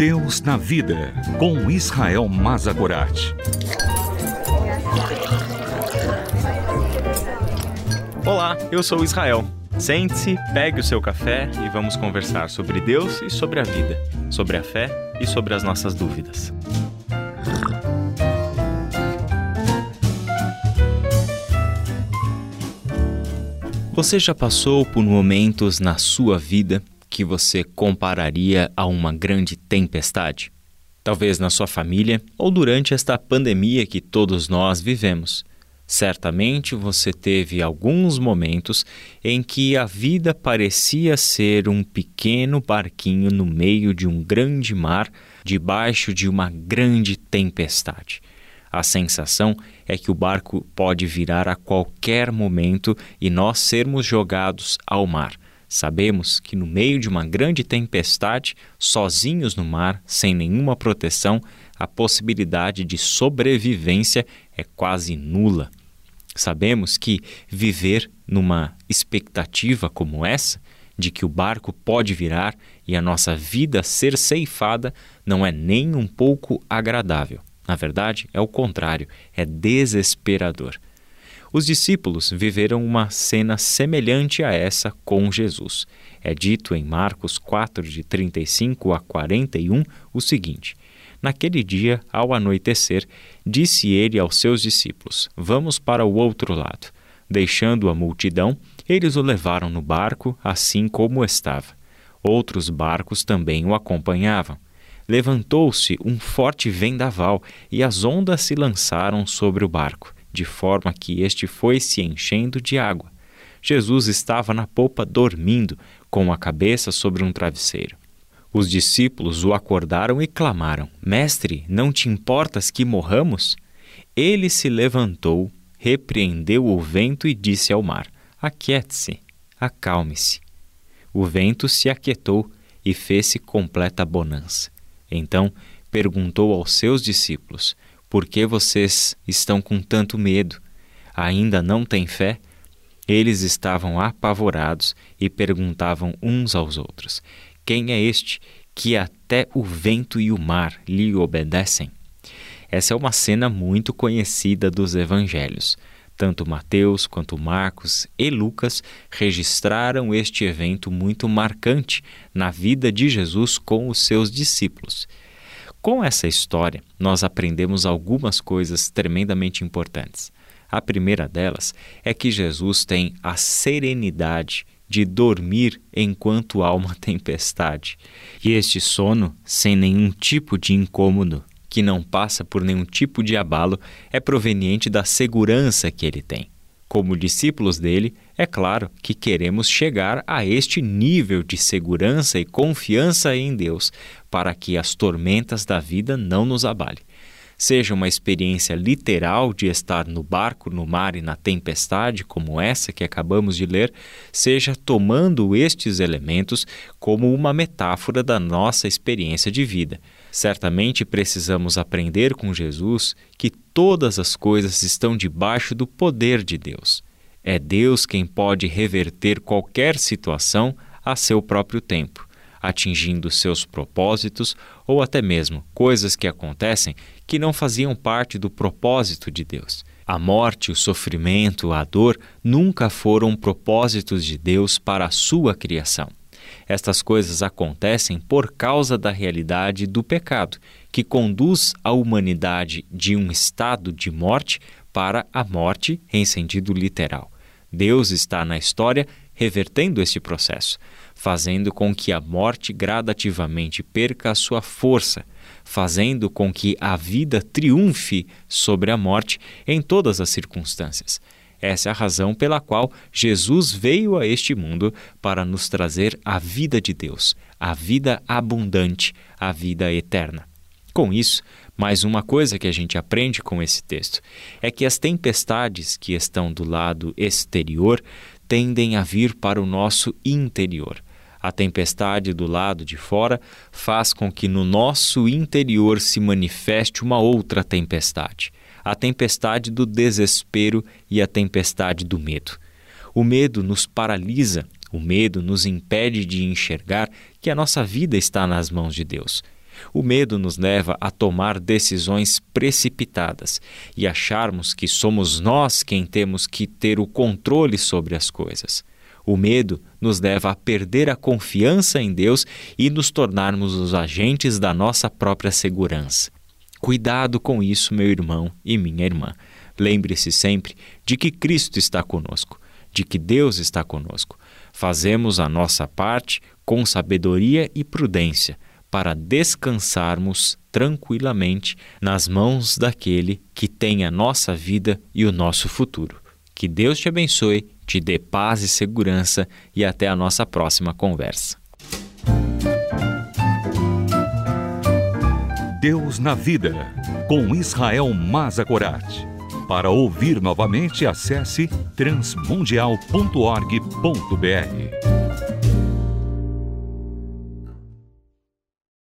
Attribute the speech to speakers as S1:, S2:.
S1: Deus na Vida, com Israel Mazagorat.
S2: Olá, eu sou o Israel. Sente-se, pegue o seu café e vamos conversar sobre Deus e sobre a vida, sobre a fé e sobre as nossas dúvidas. Você já passou por momentos na sua vida que você compararia a uma grande tempestade? Talvez na sua família ou durante esta pandemia que todos nós vivemos. Certamente você teve alguns momentos em que a vida parecia ser um pequeno barquinho no meio de um grande mar, debaixo de uma grande tempestade. A sensação é que o barco pode virar a qualquer momento e nós sermos jogados ao mar. Sabemos que no meio de uma grande tempestade, sozinhos no mar, sem nenhuma proteção, a possibilidade de sobrevivência é quase nula. Sabemos que viver numa expectativa como essa, de que o barco pode virar e a nossa vida ser ceifada, não é nem um pouco agradável. Na verdade, é o contrário, é desesperador. Os discípulos viveram uma cena semelhante a essa com Jesus. É dito em Marcos 4, de 35 a 41, o seguinte: Naquele dia, ao anoitecer, disse ele aos seus discípulos: Vamos para o outro lado. Deixando a multidão, eles o levaram no barco, assim como estava. Outros barcos também o acompanhavam. Levantou-se um forte vendaval e as ondas se lançaram sobre o barco, de forma que este foi se enchendo de água. Jesus estava na popa dormindo, com a cabeça sobre um travesseiro. Os discípulos o acordaram e clamaram: Mestre, não te importas que morramos? Ele se levantou, repreendeu o vento e disse ao mar: Aquiete-se, acalme-se. O vento se aquietou e fez-se completa bonança. Então perguntou aos seus discípulos: Por que vocês estão com tanto medo? Ainda não têm fé? Eles estavam apavorados e perguntavam uns aos outros: Quem é este que até o vento e o mar lhe obedecem? Essa é uma cena muito conhecida dos evangelhos. Tanto Mateus quanto Marcos e Lucas registraram este evento muito marcante na vida de Jesus com os seus discípulos. Com essa história, nós aprendemos algumas coisas tremendamente importantes. A primeira delas é que Jesus tem a serenidade de dormir enquanto há uma tempestade. E este sono, sem nenhum tipo de incômodo, que não passa por nenhum tipo de abalo, é proveniente da segurança que ele tem. Como discípulos dele, é claro que queremos chegar a este nível de segurança e confiança em Deus, para que as tormentas da vida não nos abalem. Seja uma experiência literal de estar no barco, no mar e na tempestade, como essa que acabamos de ler, seja tomando estes elementos como uma metáfora da nossa experiência de vida. Certamente precisamos aprender com Jesus que todas as coisas estão debaixo do poder de Deus. É Deus quem pode reverter qualquer situação a seu próprio tempo, atingindo seus propósitos ou até mesmo coisas que acontecem que não faziam parte do propósito de Deus. A morte, o sofrimento, a dor nunca foram propósitos de Deus para a sua criação. Estas coisas acontecem por causa da realidade do pecado, que conduz a humanidade de um estado de morte para a morte em sentido literal. Deus está na história revertendo este processo, fazendo com que a morte gradativamente perca a sua força, fazendo com que a vida triunfe sobre a morte em todas as circunstâncias. Essa é a razão pela qual Jesus veio a este mundo para nos trazer a vida de Deus, a vida abundante, a vida eterna. Com isso, mais uma coisa que a gente aprende com esse texto é que as tempestades que estão do lado exterior tendem a vir para o nosso interior. A tempestade do lado de fora faz com que no nosso interior se manifeste uma outra tempestade. A tempestade do desespero e a tempestade do medo. O medo nos paralisa, o medo nos impede de enxergar que a nossa vida está nas mãos de Deus. O medo nos leva a tomar decisões precipitadas e acharmos que somos nós quem temos que ter o controle sobre as coisas. O medo nos leva a perder a confiança em Deus e nos tornarmos os agentes da nossa própria segurança. Cuidado com isso, meu irmão e minha irmã. Lembre-se sempre de que Cristo está conosco, de que Deus está conosco. Fazemos a nossa parte com sabedoria e prudência para descansarmos tranquilamente nas mãos daquele que tem a nossa vida e o nosso futuro. Que Deus te abençoe, te dê paz e segurança e até a nossa próxima conversa.
S1: Deus na Vida, com Israel Mazagorat. Para ouvir novamente, acesse transmundial.org.br.